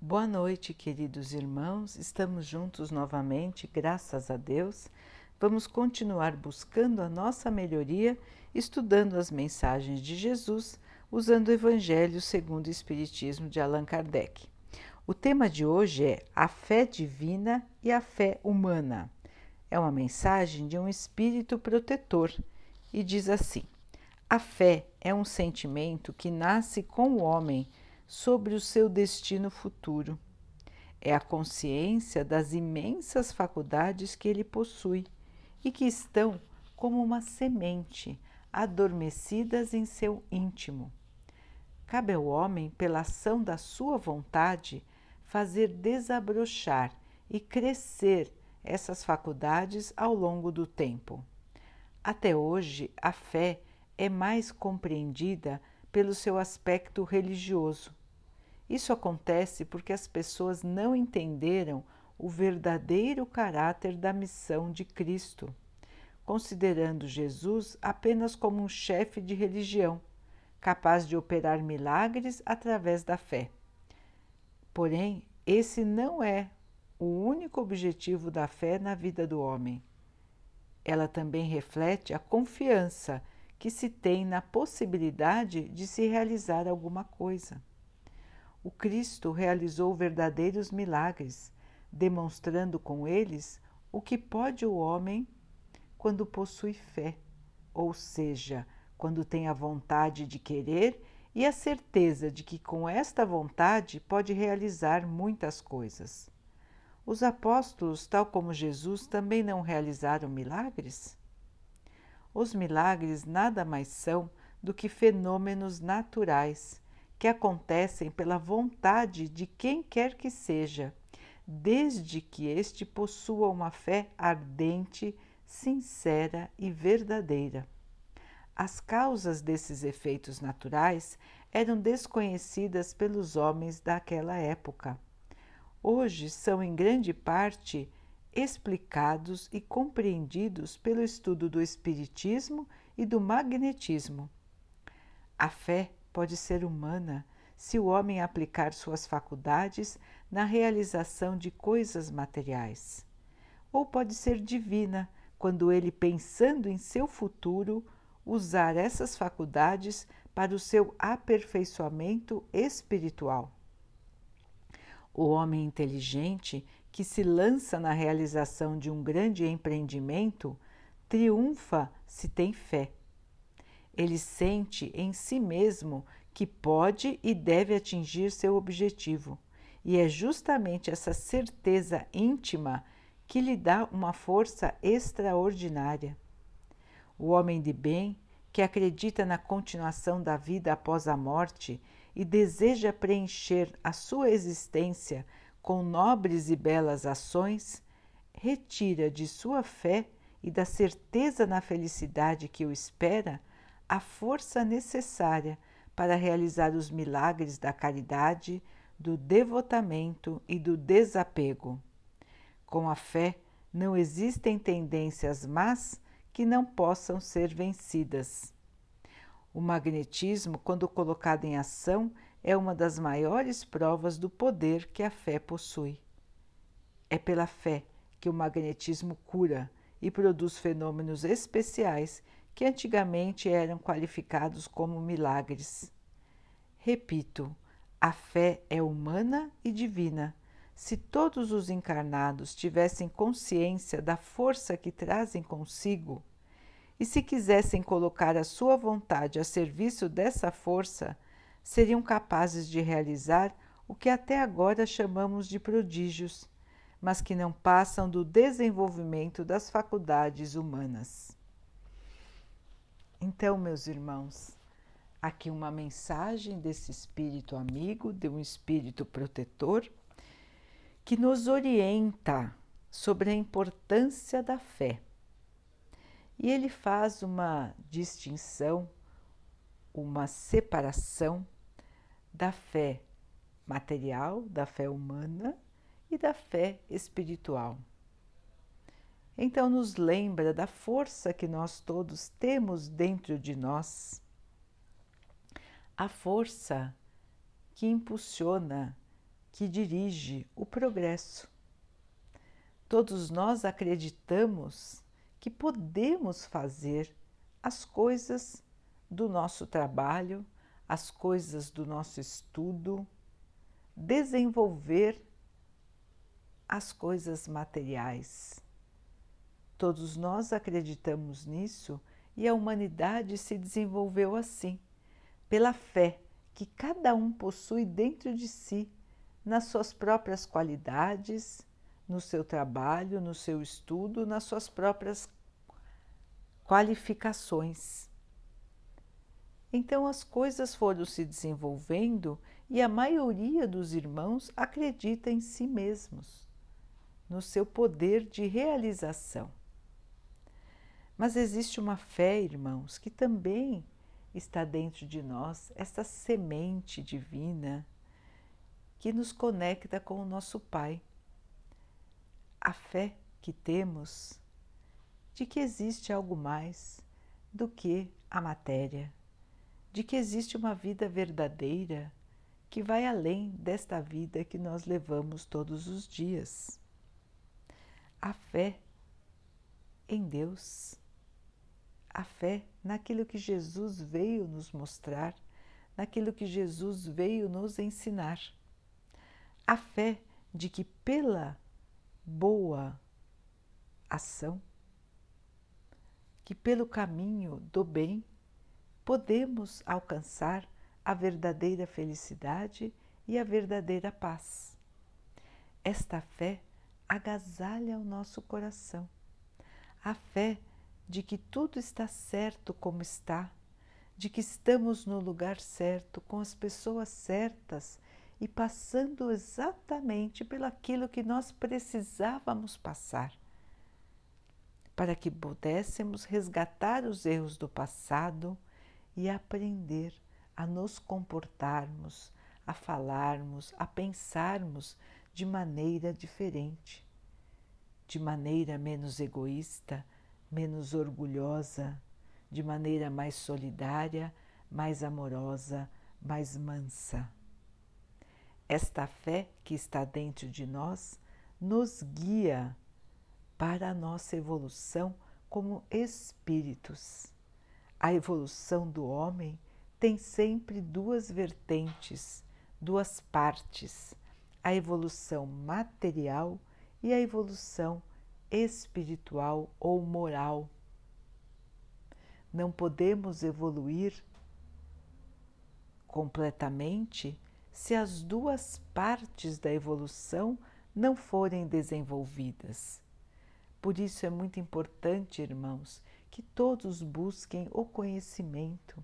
Boa noite, queridos irmãos. Estamos juntos novamente, graças a Deus. Vamos continuar buscando a nossa melhoria, estudando as mensagens de Jesus, usando o Evangelho segundo o Espiritismo de Allan Kardec. O tema de hoje é a fé divina e a fé humana. É uma mensagem de um espírito protetor e diz assim: a fé é um sentimento que nasce com o homem sobre o seu destino futuro. É a consciência das imensas faculdades que ele possui e que estão como uma semente, adormecidas em seu íntimo. Cabe ao homem, pela ação da sua vontade, fazer desabrochar e crescer essas faculdades ao longo do tempo. Até hoje, a fé é mais compreendida pelo seu aspecto religioso. Isso acontece porque as pessoas não entenderam o verdadeiro caráter da missão de Cristo, considerando Jesus apenas como um chefe de religião, capaz de operar milagres através da fé. Porém, esse não é o único objetivo da fé na vida do homem. Ela também reflete a confiança que se tem na possibilidade de se realizar alguma coisa. O Cristo realizou verdadeiros milagres, demonstrando com eles o que pode o homem quando possui fé, ou seja, quando tem a vontade de querer e a certeza de que com esta vontade pode realizar muitas coisas. Os apóstolos, tal como Jesus, também não realizaram milagres? Os milagres nada mais são do que fenômenos naturais que acontecem pela vontade de quem quer que seja, desde que este possua uma fé ardente, sincera e verdadeira. As causas desses efeitos naturais eram desconhecidas pelos homens daquela época. Hoje são em grande parte explicados e compreendidos pelo estudo do espiritismo e do magnetismo. A fé pode ser humana se o homem aplicar suas faculdades na realização de coisas materiais. Ou pode ser divina quando ele, pensando em seu futuro, usar essas faculdades para o seu aperfeiçoamento espiritual. O homem inteligente que se lança na realização de um grande empreendimento triunfa se tem fé. Ele sente em si mesmo que pode e deve atingir seu objetivo, e é justamente essa certeza íntima que lhe dá uma força extraordinária. O homem de bem, que acredita na continuação da vida após a morte e deseja preencher a sua existência com nobres e belas ações, retira de sua fé e da certeza na felicidade que o espera a força necessária para realizar os milagres da caridade, do devotamento e do desapego. Com a fé, não existem tendências más que não possam ser vencidas. O magnetismo, quando colocado em ação, é uma das maiores provas do poder que a fé possui. É pela fé que o magnetismo cura e produz fenômenos especiais que antigamente eram qualificados como milagres. Repito, a fé é humana e divina. Se todos os encarnados tivessem consciência da força que trazem consigo, e se quisessem colocar a sua vontade a serviço dessa força, seriam capazes de realizar o que até agora chamamos de prodígios, mas que não passam do desenvolvimento das faculdades humanas. Então, meus irmãos, aqui uma mensagem desse espírito amigo, de um espírito protetor, que nos orienta sobre a importância da fé. E ele faz uma distinção, uma separação da fé material, da fé humana e da fé espiritual. Então, nos lembra da força que nós todos temos dentro de nós, a força que impulsiona, que dirige o progresso. Todos nós acreditamos que podemos fazer as coisas do nosso trabalho, as coisas do nosso estudo, desenvolver as coisas materiais. Todos nós acreditamos nisso e a humanidade se desenvolveu assim, pela fé que cada um possui dentro de si, nas suas próprias qualidades, no seu trabalho, no seu estudo, nas suas próprias qualificações. Então as coisas foram se desenvolvendo e a maioria dos irmãos acredita em si mesmos, no seu poder de realização. Mas existe uma fé, irmãos, que também está dentro de nós, essa semente divina que nos conecta com o nosso Pai. A fé que temos de que existe algo mais do que a matéria, de que existe uma vida verdadeira que vai além desta vida que nós levamos todos os dias. A fé em Deus, a fé naquilo que Jesus veio nos mostrar, naquilo que Jesus veio nos ensinar. A fé de que pela boa ação, que pelo caminho do bem, podemos alcançar a verdadeira felicidade e a verdadeira paz. Esta fé agasalha o nosso coração. A fé de que tudo está certo como está, de que estamos no lugar certo, com as pessoas certas e passando exatamente pelaquilo que nós precisávamos passar, para que pudéssemos resgatar os erros do passado e aprender a nos comportarmos, a falarmos, a pensarmos de maneira diferente, de maneira menos egoísta, menos orgulhosa, de maneira mais solidária, mais amorosa, mais mansa. Esta fé que está dentro de nós nos guia para a nossa evolução como espíritos. A evolução do homem tem sempre duas vertentes, duas partes: a evolução material e a evolução espiritual ou moral. Não podemos evoluir completamente se as duas partes da evolução não forem desenvolvidas. Por isso é muito importante, irmãos, que todos busquem o conhecimento,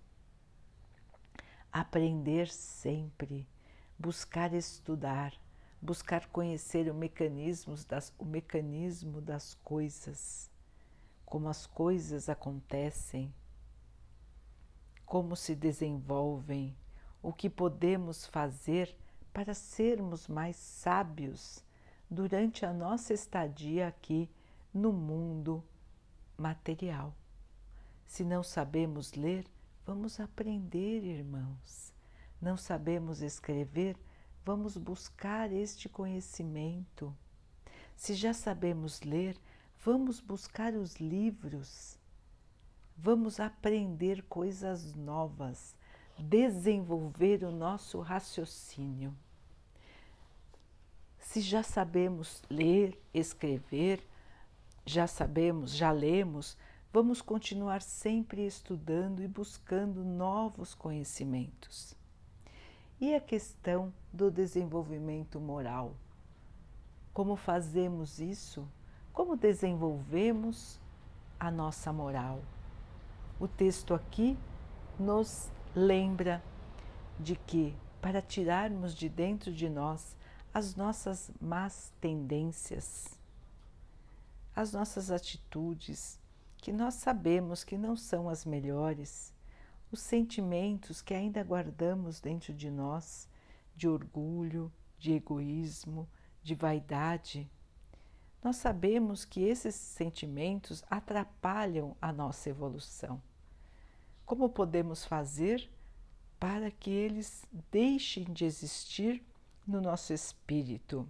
aprender sempre, buscar estudar, buscar conhecer o mecanismo das coisas, como as coisas acontecem, como se desenvolvem, o que podemos fazer para sermos mais sábios durante a nossa estadia aqui no mundo material. Se não sabemos ler, vamos aprender, irmãos. Não sabemos escrever, vamos buscar este conhecimento. Se já sabemos ler, vamos buscar os livros. Vamos aprender coisas novas, desenvolver o nosso raciocínio. Se já sabemos ler, escrever, já lemos, vamos continuar sempre estudando e buscando novos conhecimentos. E a questão do desenvolvimento moral? Como fazemos isso? Como desenvolvemos a nossa moral? O texto aqui nos lembra de que, para tirarmos de dentro de nós as nossas más tendências, as nossas atitudes, que nós sabemos que não são as melhores, os sentimentos que ainda guardamos dentro de nós, de orgulho, de egoísmo, de vaidade, nós sabemos que esses sentimentos atrapalham a nossa evolução. Como podemos fazer para que eles deixem de existir no nosso espírito,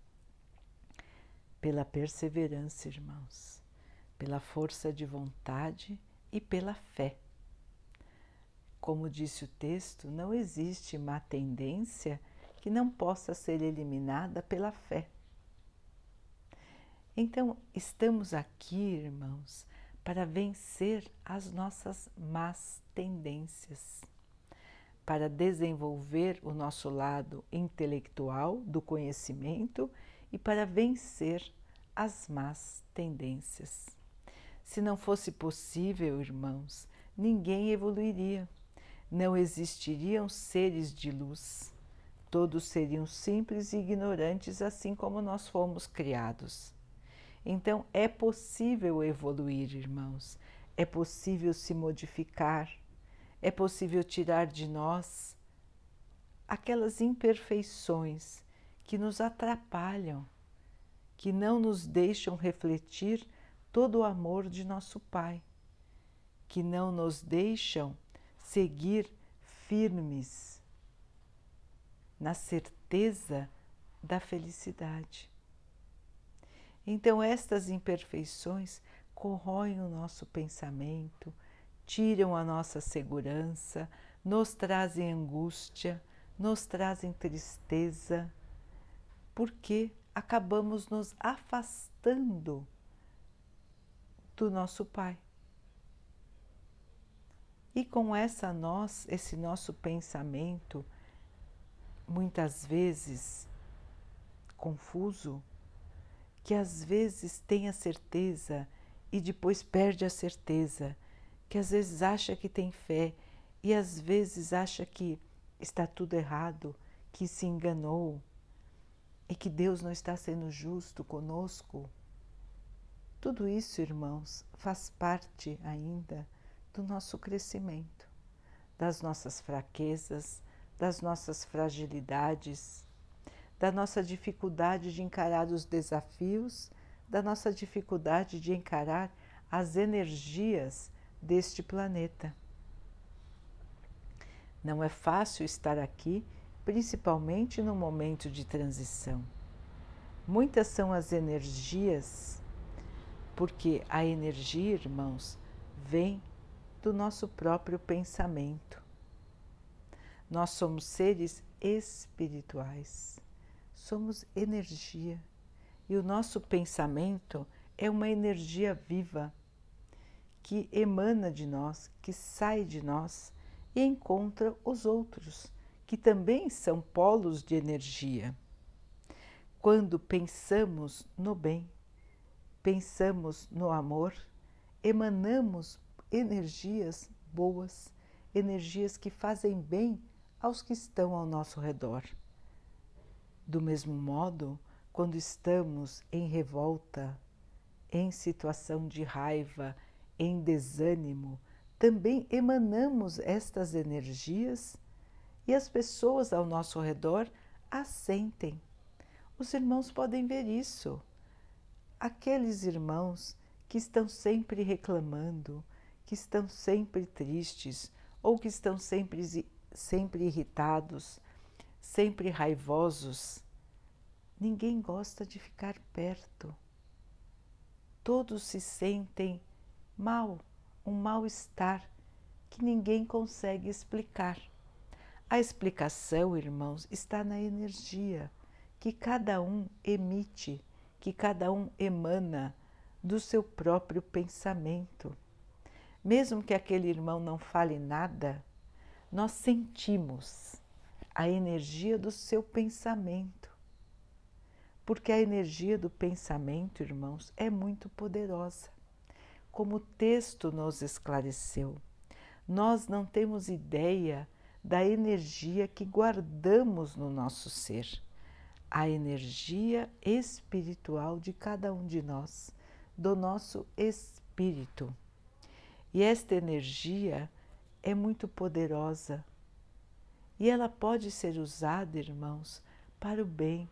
pela perseverança, irmãos, pela força de vontade e pela fé. Como disse o texto, não existe má tendência que não possa ser eliminada pela fé. Então, estamos aqui, irmãos, para vencer as nossas más tendências, para desenvolver o nosso lado intelectual do conhecimento e para vencer as más tendências. Se não fosse possível, irmãos, ninguém evoluiria. Não existiriam seres de luz. Todos seriam simples e ignorantes, assim como nós fomos criados. Então, é possível evoluir, irmãos. É possível se modificar. É possível tirar de nós aquelas imperfeições que nos atrapalham, que não nos deixam refletir todo o amor de nosso Pai, que não nos deixam seguir firmes na certeza da felicidade. Então, estas imperfeições corroem o nosso pensamento, tiram a nossa segurança, nos trazem angústia, nos trazem tristeza, porque acabamos nos afastando do nosso Pai. E com esse nosso pensamento, muitas vezes confuso, que às vezes tem a certeza e depois perde a certeza, que às vezes acha que tem fé e às vezes acha que está tudo errado, que se enganou e que Deus não está sendo justo conosco. Tudo isso, irmãos, faz parte ainda do nosso crescimento, das nossas fraquezas, das nossas fragilidades, da nossa dificuldade de encarar os desafios, da nossa dificuldade de encarar as energias deste planeta. Não é fácil estar aqui, principalmente no momento de transição. Muitas são as energias, porque a energia, irmãos, vem do nosso próprio pensamento. Nós somos seres espirituais, somos energia e o nosso pensamento é uma energia viva que emana de nós, que sai de nós e encontra os outros, que também são polos de energia. Quando pensamos no bem, pensamos no amor, emanamos energias boas, energias que fazem bem aos que estão ao nosso redor. Do mesmo modo, quando estamos em revolta, em situação de raiva, em desânimo, também emanamos estas energias e as pessoas ao nosso redor as sentem. Os irmãos podem ver isso. Aqueles irmãos que estão sempre reclamando, que estão sempre tristes ou que estão sempre irritados, sempre raivosos, ninguém gosta de ficar perto. Todos se sentem mal, um mal-estar que ninguém consegue explicar. A explicação, irmãos, está na energia que cada um emite, que cada um emana do seu próprio pensamento. Mesmo que aquele irmão não fale nada, nós sentimos a energia do seu pensamento. Porque a energia do pensamento, irmãos, é muito poderosa. Como o texto nos esclareceu, nós não temos ideia da energia que guardamos no nosso ser, a energia espiritual de cada um de nós, do nosso espírito. E esta energia é muito poderosa e ela pode ser usada, irmãos, para o bem,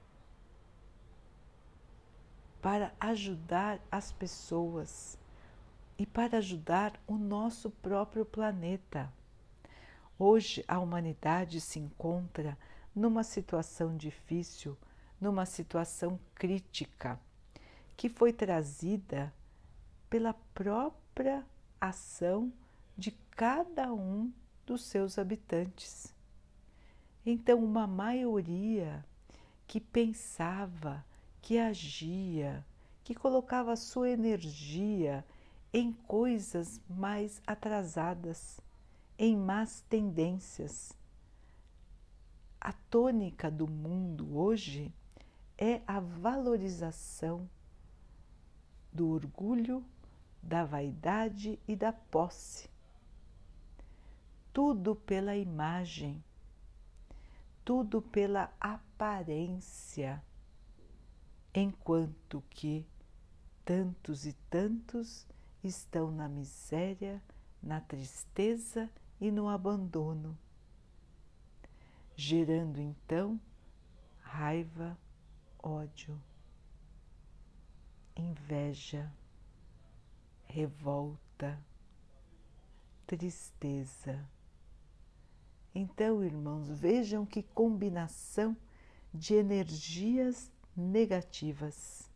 para ajudar as pessoas e para ajudar o nosso próprio planeta. Hoje a humanidade se encontra numa situação difícil, numa situação crítica, que foi trazida pela própria ação de cada um dos seus habitantes. Então, uma maioria que pensava, que agia, que colocava a sua energia em coisas mais atrasadas, em más tendências. A tônica do mundo hoje é a valorização do orgulho, da vaidade e da posse. Tudo pela imagem, tudo pela aparência, enquanto que tantos e tantos estão na miséria, na tristeza e no abandono, gerando então raiva, ódio, inveja, revolta, tristeza. Então, irmãos, vejam que combinação de energias negativas,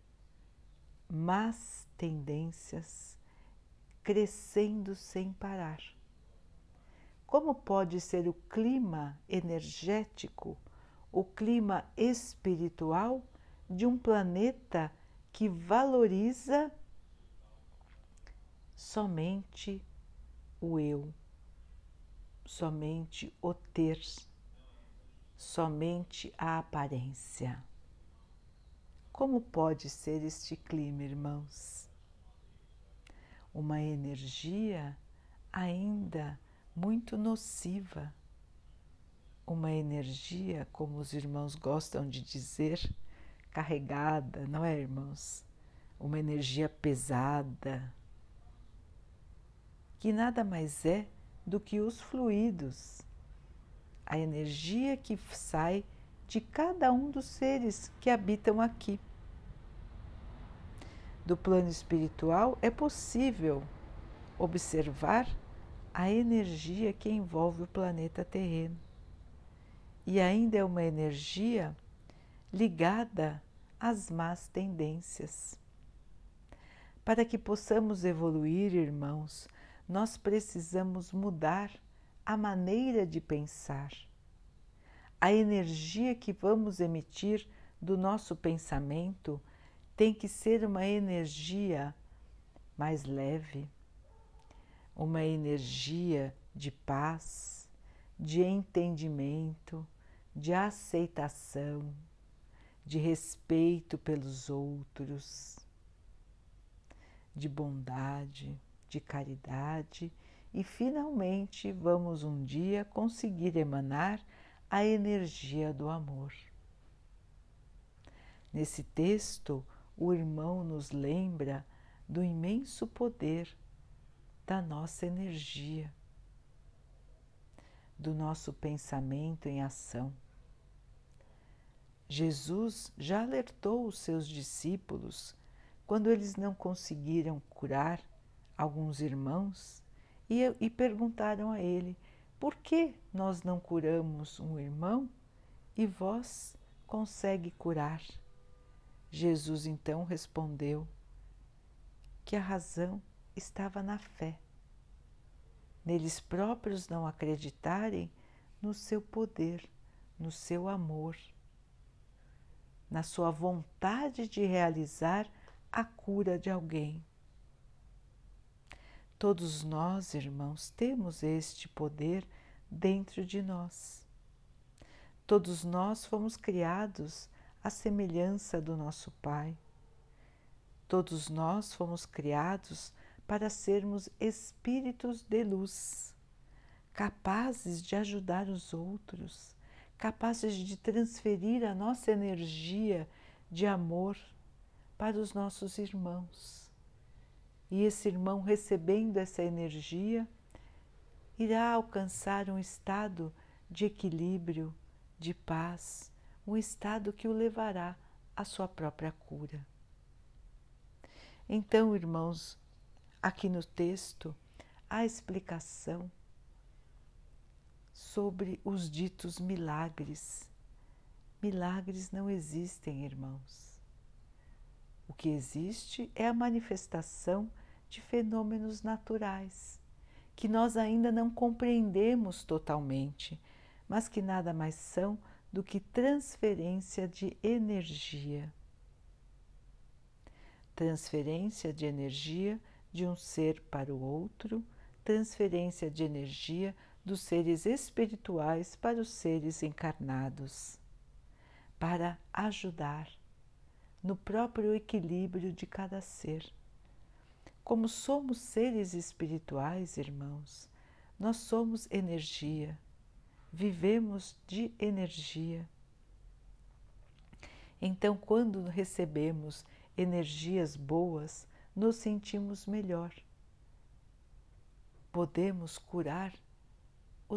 más tendências, crescendo sem parar. Como pode ser o clima energético, o clima espiritual de um planeta que valoriza somente o eu, somente o ter, somente a aparência? Como pode ser este clima, irmãos? Uma energia ainda muito nociva, uma energia, como os irmãos gostam de dizer, carregada, não é, irmãos? Uma energia pesada, que nada mais é do que os fluidos, a energia que sai de cada um dos seres que habitam aqui. Do plano espiritual é possível observar a energia que envolve o planeta terreno. E ainda é uma energia ligada às más tendências. Para que possamos evoluir, irmãos, nós precisamos mudar a maneira de pensar. A energia que vamos emitir do nosso pensamento tem que ser uma energia mais leve, uma energia de paz, de entendimento, de aceitação, de respeito pelos outros, de bondade, de caridade, e finalmente vamos um dia conseguir emanar a energia do amor. Nesse texto, o irmão nos lembra do imenso poder da nossa energia, do nosso pensamento em ação. Jesus já alertou os seus discípulos quando eles não conseguiram curar alguns irmãos e perguntaram a ele: por que nós não curamos um irmão e vós consegue curar? Jesus então respondeu que a razão estava na fé, neles próprios não acreditarem no seu poder, no seu amor, na sua vontade de realizar a cura de alguém. Todos nós, irmãos, temos este poder dentro de nós. Todos nós fomos criados à semelhança do nosso Pai. Todos nós fomos criados para sermos espíritos de luz, capazes de ajudar os outros, capazes de transferir a nossa energia de amor para os nossos irmãos. E esse irmão, recebendo essa energia, irá alcançar um estado de equilíbrio, de paz, um estado que o levará à sua própria cura. Então, irmãos, aqui no texto há explicação sobre os ditos milagres. Milagres não existem, irmãos. O que existe é a manifestação de fenômenos naturais, que nós ainda não compreendemos totalmente, mas que nada mais são do que transferência de energia. Transferência de energia de um ser para o outro, transferência de energia dos seres espirituais para os seres encarnados, para ajudar no próprio equilíbrio de cada ser. Como somos seres espirituais, irmãos, nós somos energia, vivemos de energia. Então, quando recebemos energias boas, nos sentimos melhor. Podemos curar o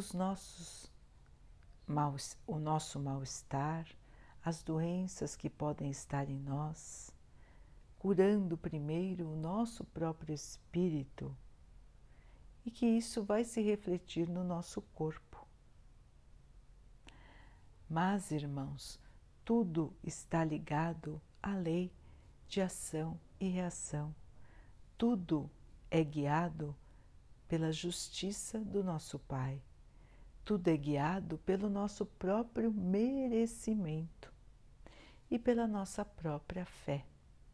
nosso mal-estar, as doenças que podem estar em nós, curando primeiro o nosso próprio espírito, e que isso vai se refletir no nosso corpo. Mas, irmãos, tudo está ligado à lei de ação e reação. Tudo é guiado pela justiça do nosso Pai. Tudo é guiado pelo nosso próprio merecimento e pela nossa própria fé.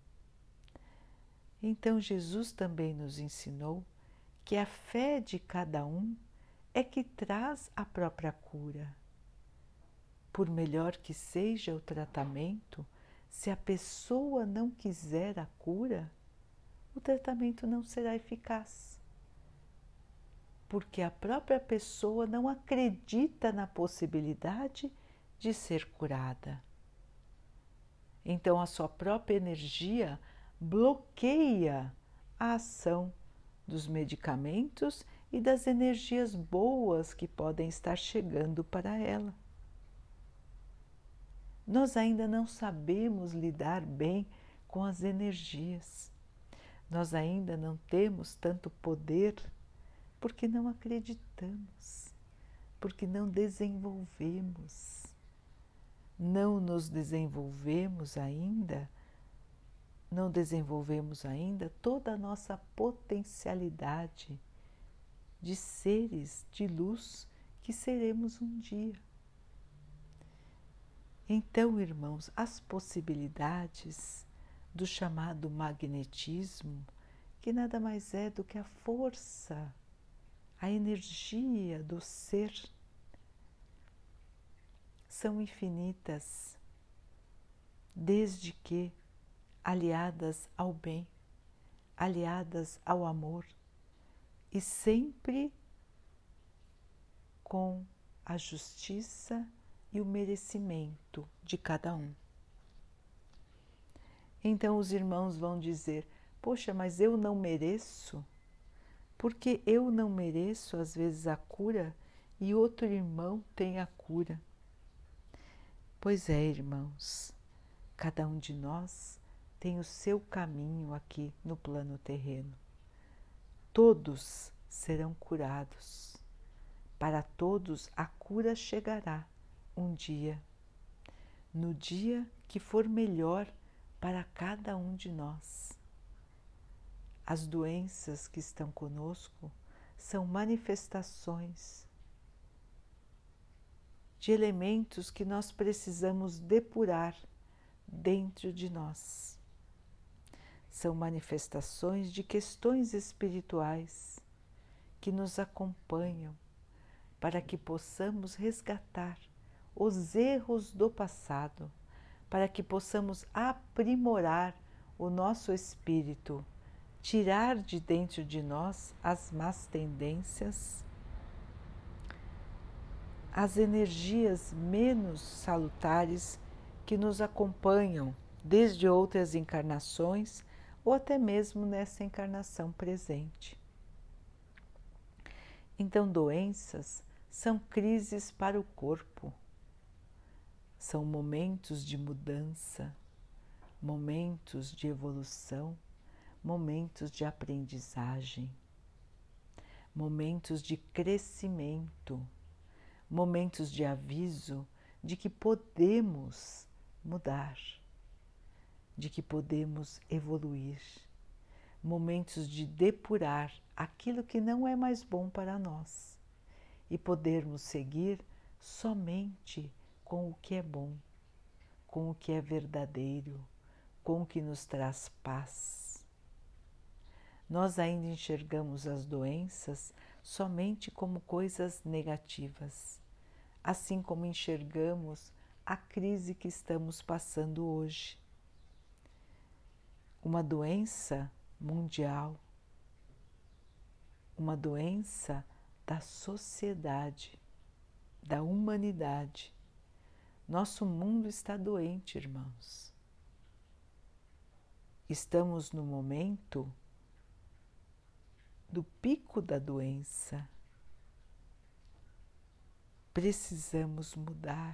Então, Jesus também nos ensinou que a fé de cada um é que traz a própria cura. Por melhor que seja o tratamento, se a pessoa não quiser a cura, o tratamento não será eficaz. Porque a própria pessoa não acredita na possibilidade de ser curada. Então, a sua própria energia bloqueia a ação dos medicamentos e das energias boas que podem estar chegando para ela. Nós ainda não sabemos lidar bem com as energias. Nós ainda não temos tanto poder porque não acreditamos, porque não desenvolvemos. Não nos desenvolvemos ainda, não desenvolvemos ainda toda a nossa potencialidade de seres de luz que seremos um dia. Então, irmãos, as possibilidades do chamado magnetismo, que nada mais é do que a força, a energia do ser, são infinitas, desde que aliadas ao bem, aliadas ao amor e sempre com a justiça e o merecimento de cada um. Então os irmãos vão dizer: poxa, mas eu não mereço? Porque eu não mereço às vezes a cura e outro irmão tem a cura? Pois é, irmãos, cada um de nós tem o seu caminho aqui no plano terreno. Todos serão curados. Para todos a cura chegará um dia, no dia que for melhor para cada um de nós. As doenças que estão conosco são manifestações de elementos que nós precisamos depurar dentro de nós. São manifestações de questões espirituais que nos acompanham para que possamos resgatar os erros do passado, para que possamos aprimorar o nosso espírito, tirar de dentro de nós as más tendências, as energias menos salutares que nos acompanham desde outras encarnações ou até mesmo nessa encarnação presente. Então, doenças são crises para o corpo, são momentos de mudança, momentos de evolução, momentos de aprendizagem, momentos de crescimento, momentos de aviso de que podemos mudar, de que podemos evoluir, momentos de depurar aquilo que não é mais bom para nós e podermos seguir somente com o que é bom, com o que é verdadeiro, com o que nos traz paz. Nós ainda enxergamos as doenças somente como coisas negativas, assim como enxergamos a crise que estamos passando hoje. Uma doença mundial, uma doença da sociedade, da humanidade. Nosso mundo está doente, irmãos. Estamos no momento do pico da doença. Precisamos mudar.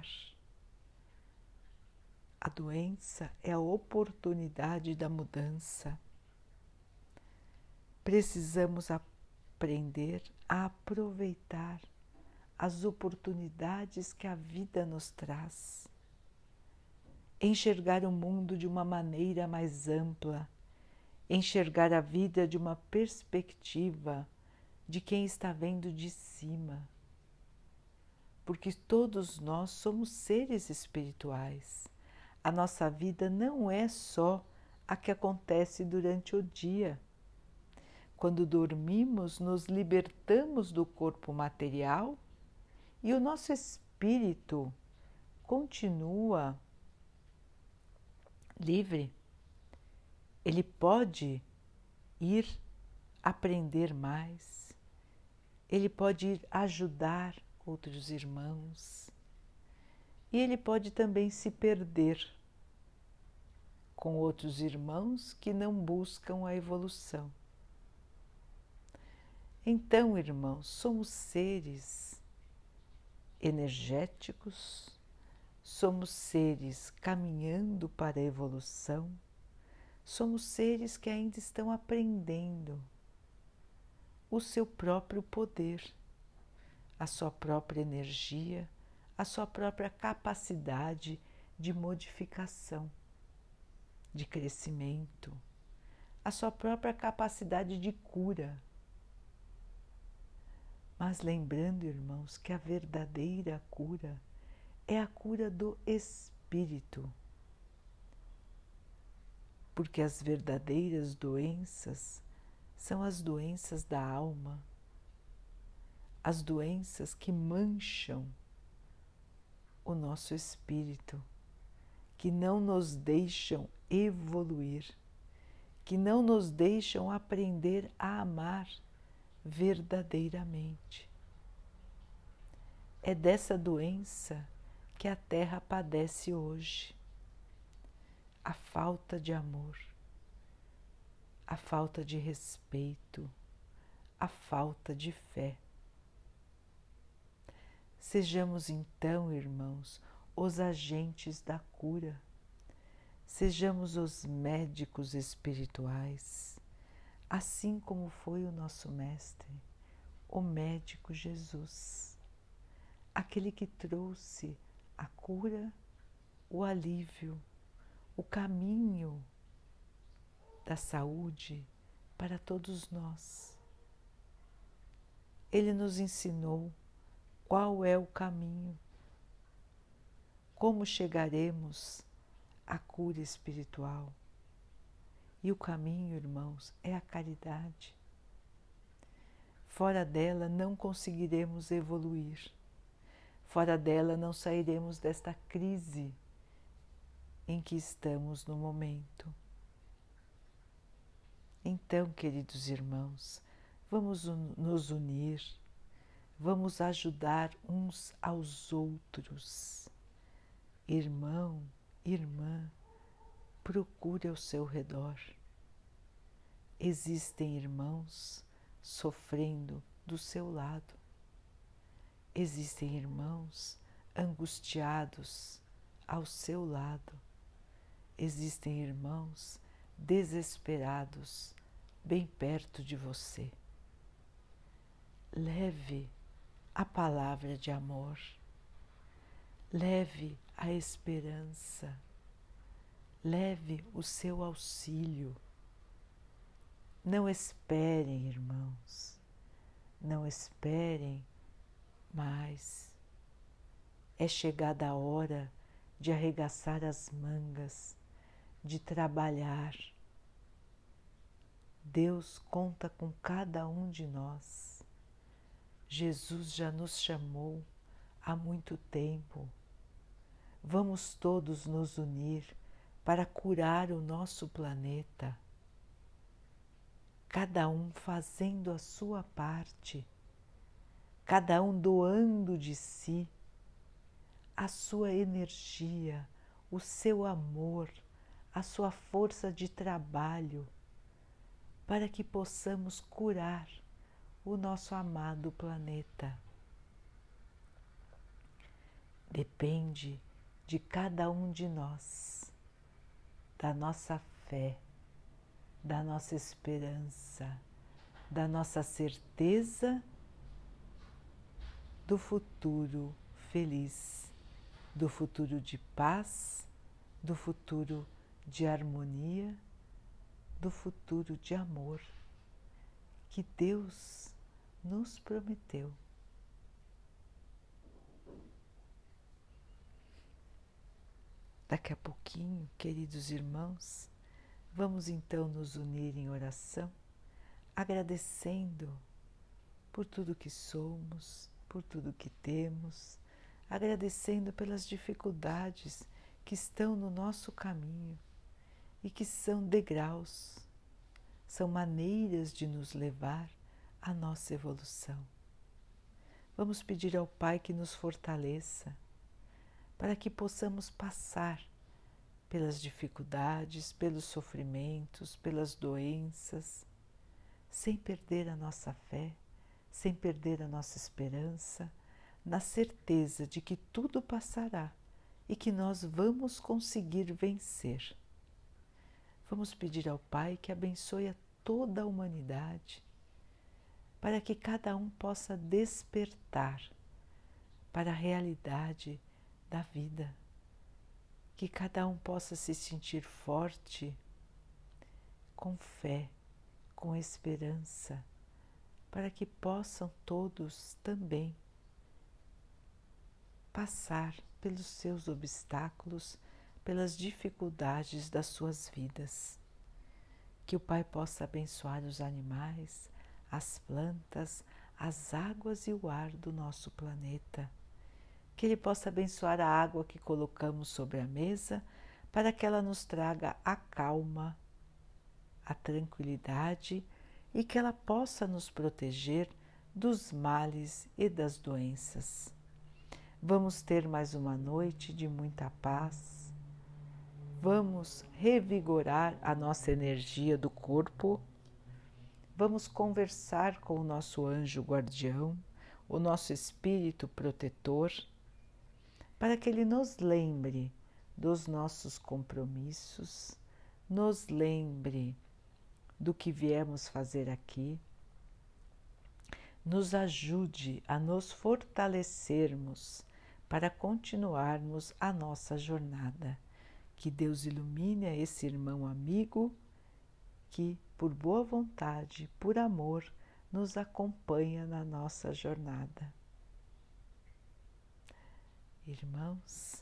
A doença é a oportunidade da mudança. Precisamos aprender a aproveitar as oportunidades que a vida nos traz. Enxergar o mundo de uma maneira mais ampla, enxergar a vida de uma perspectiva de quem está vendo de cima. Porque todos nós somos seres espirituais. A nossa vida não é só a que acontece durante o dia. Quando dormimos, nos libertamos do corpo material e o nosso espírito continua livre. Ele pode ir aprender mais, ele pode ir ajudar outros irmãos e ele pode também se perder com outros irmãos que não buscam a evolução. Então, irmãos, somos seres energéticos, somos seres caminhando para a evolução, somos seres que ainda estão aprendendo o seu próprio poder, a sua própria energia, a sua própria capacidade de modificação, de crescimento, a sua própria capacidade de cura. Mas lembrando, irmãos, que a verdadeira cura é a cura do espírito. Porque as verdadeiras doenças são as doenças da alma, as doenças que mancham o nosso espírito, que não nos deixam evoluir, que não nos deixam aprender a amar verdadeiramente. É dessa doença que a Terra padece hoje. A falta de amor, a falta de respeito, a falta de fé. Sejamos então, irmãos, os agentes da cura. Sejamos os médicos espirituais, assim como foi o nosso Mestre, o médico Jesus, aquele que trouxe a cura, o alívio, o caminho da saúde para todos nós. Ele nos ensinou qual é o caminho, como chegaremos à cura espiritual. E o caminho, irmãos, é a caridade. Fora dela não conseguiremos evoluir. Fora dela não sairemos desta crise em que estamos no momento. Então, queridos irmãos, vamos nos unir, vamos ajudar uns aos outros. Irmão, irmã, procure ao seu redor. Existem irmãos sofrendo do seu lado. Existem irmãos angustiados ao seu lado. Existem irmãos desesperados bem perto de você. Leve a palavra de amor, leve a esperança, leve o seu auxílio. Não esperem, irmãos, não esperem mais. É chegada a hora de arregaçar as mangas, de trabalhar. Deus conta com cada um de nós. Jesus já nos chamou há muito tempo. Vamos todos nos unir para curar o nosso planeta, cada um fazendo a sua parte, cada um doando de si, a sua energia, o seu amor, a sua força de trabalho, para que possamos curar o nosso amado planeta. Depende de cada um de nós, da nossa fé, da nossa esperança, da nossa certeza do futuro feliz, do futuro de paz, do futuro de harmonia, do futuro de amor que Deus nos prometeu. Daqui a pouquinho, queridos irmãos, vamos então nos unir em oração, agradecendo por tudo que somos, por tudo que temos, agradecendo pelas dificuldades que estão no nosso caminho e que são degraus, são maneiras de nos levar à nossa evolução. Vamos pedir ao Pai que nos fortaleça, para que possamos passar pelas dificuldades, pelos sofrimentos, pelas doenças, sem perder a nossa fé, sem perder a nossa esperança, na certeza de que tudo passará e que nós vamos conseguir vencer. Vamos pedir ao Pai que abençoe a toda a humanidade, para que cada um possa despertar para a realidade da vida, que cada um possa se sentir forte, com fé, com esperança, para que possam todos também passar pelos seus obstáculos, pelas dificuldades das suas vidas. Que o Pai possa abençoar os animais, as plantas, as águas e o ar do nosso planeta. Que Ele possa abençoar a água que colocamos sobre a mesa, para que ela nos traga a calma, a tranquilidade e que ela possa nos proteger dos males e das doenças. Vamos ter mais uma noite de muita paz. Vamos revigorar a nossa energia do corpo. Vamos conversar com o nosso anjo guardião, o nosso espírito protetor, para que ele nos lembre dos nossos compromissos, nos lembre do que viemos fazer aqui, nos ajude a nos fortalecermos para continuarmos a nossa jornada. Que Deus ilumine a esse irmão amigo que, por boa vontade, por amor, nos acompanha na nossa jornada. Irmãos,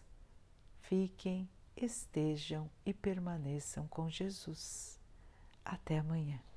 fiquem, estejam e permaneçam com Jesus. Até amanhã.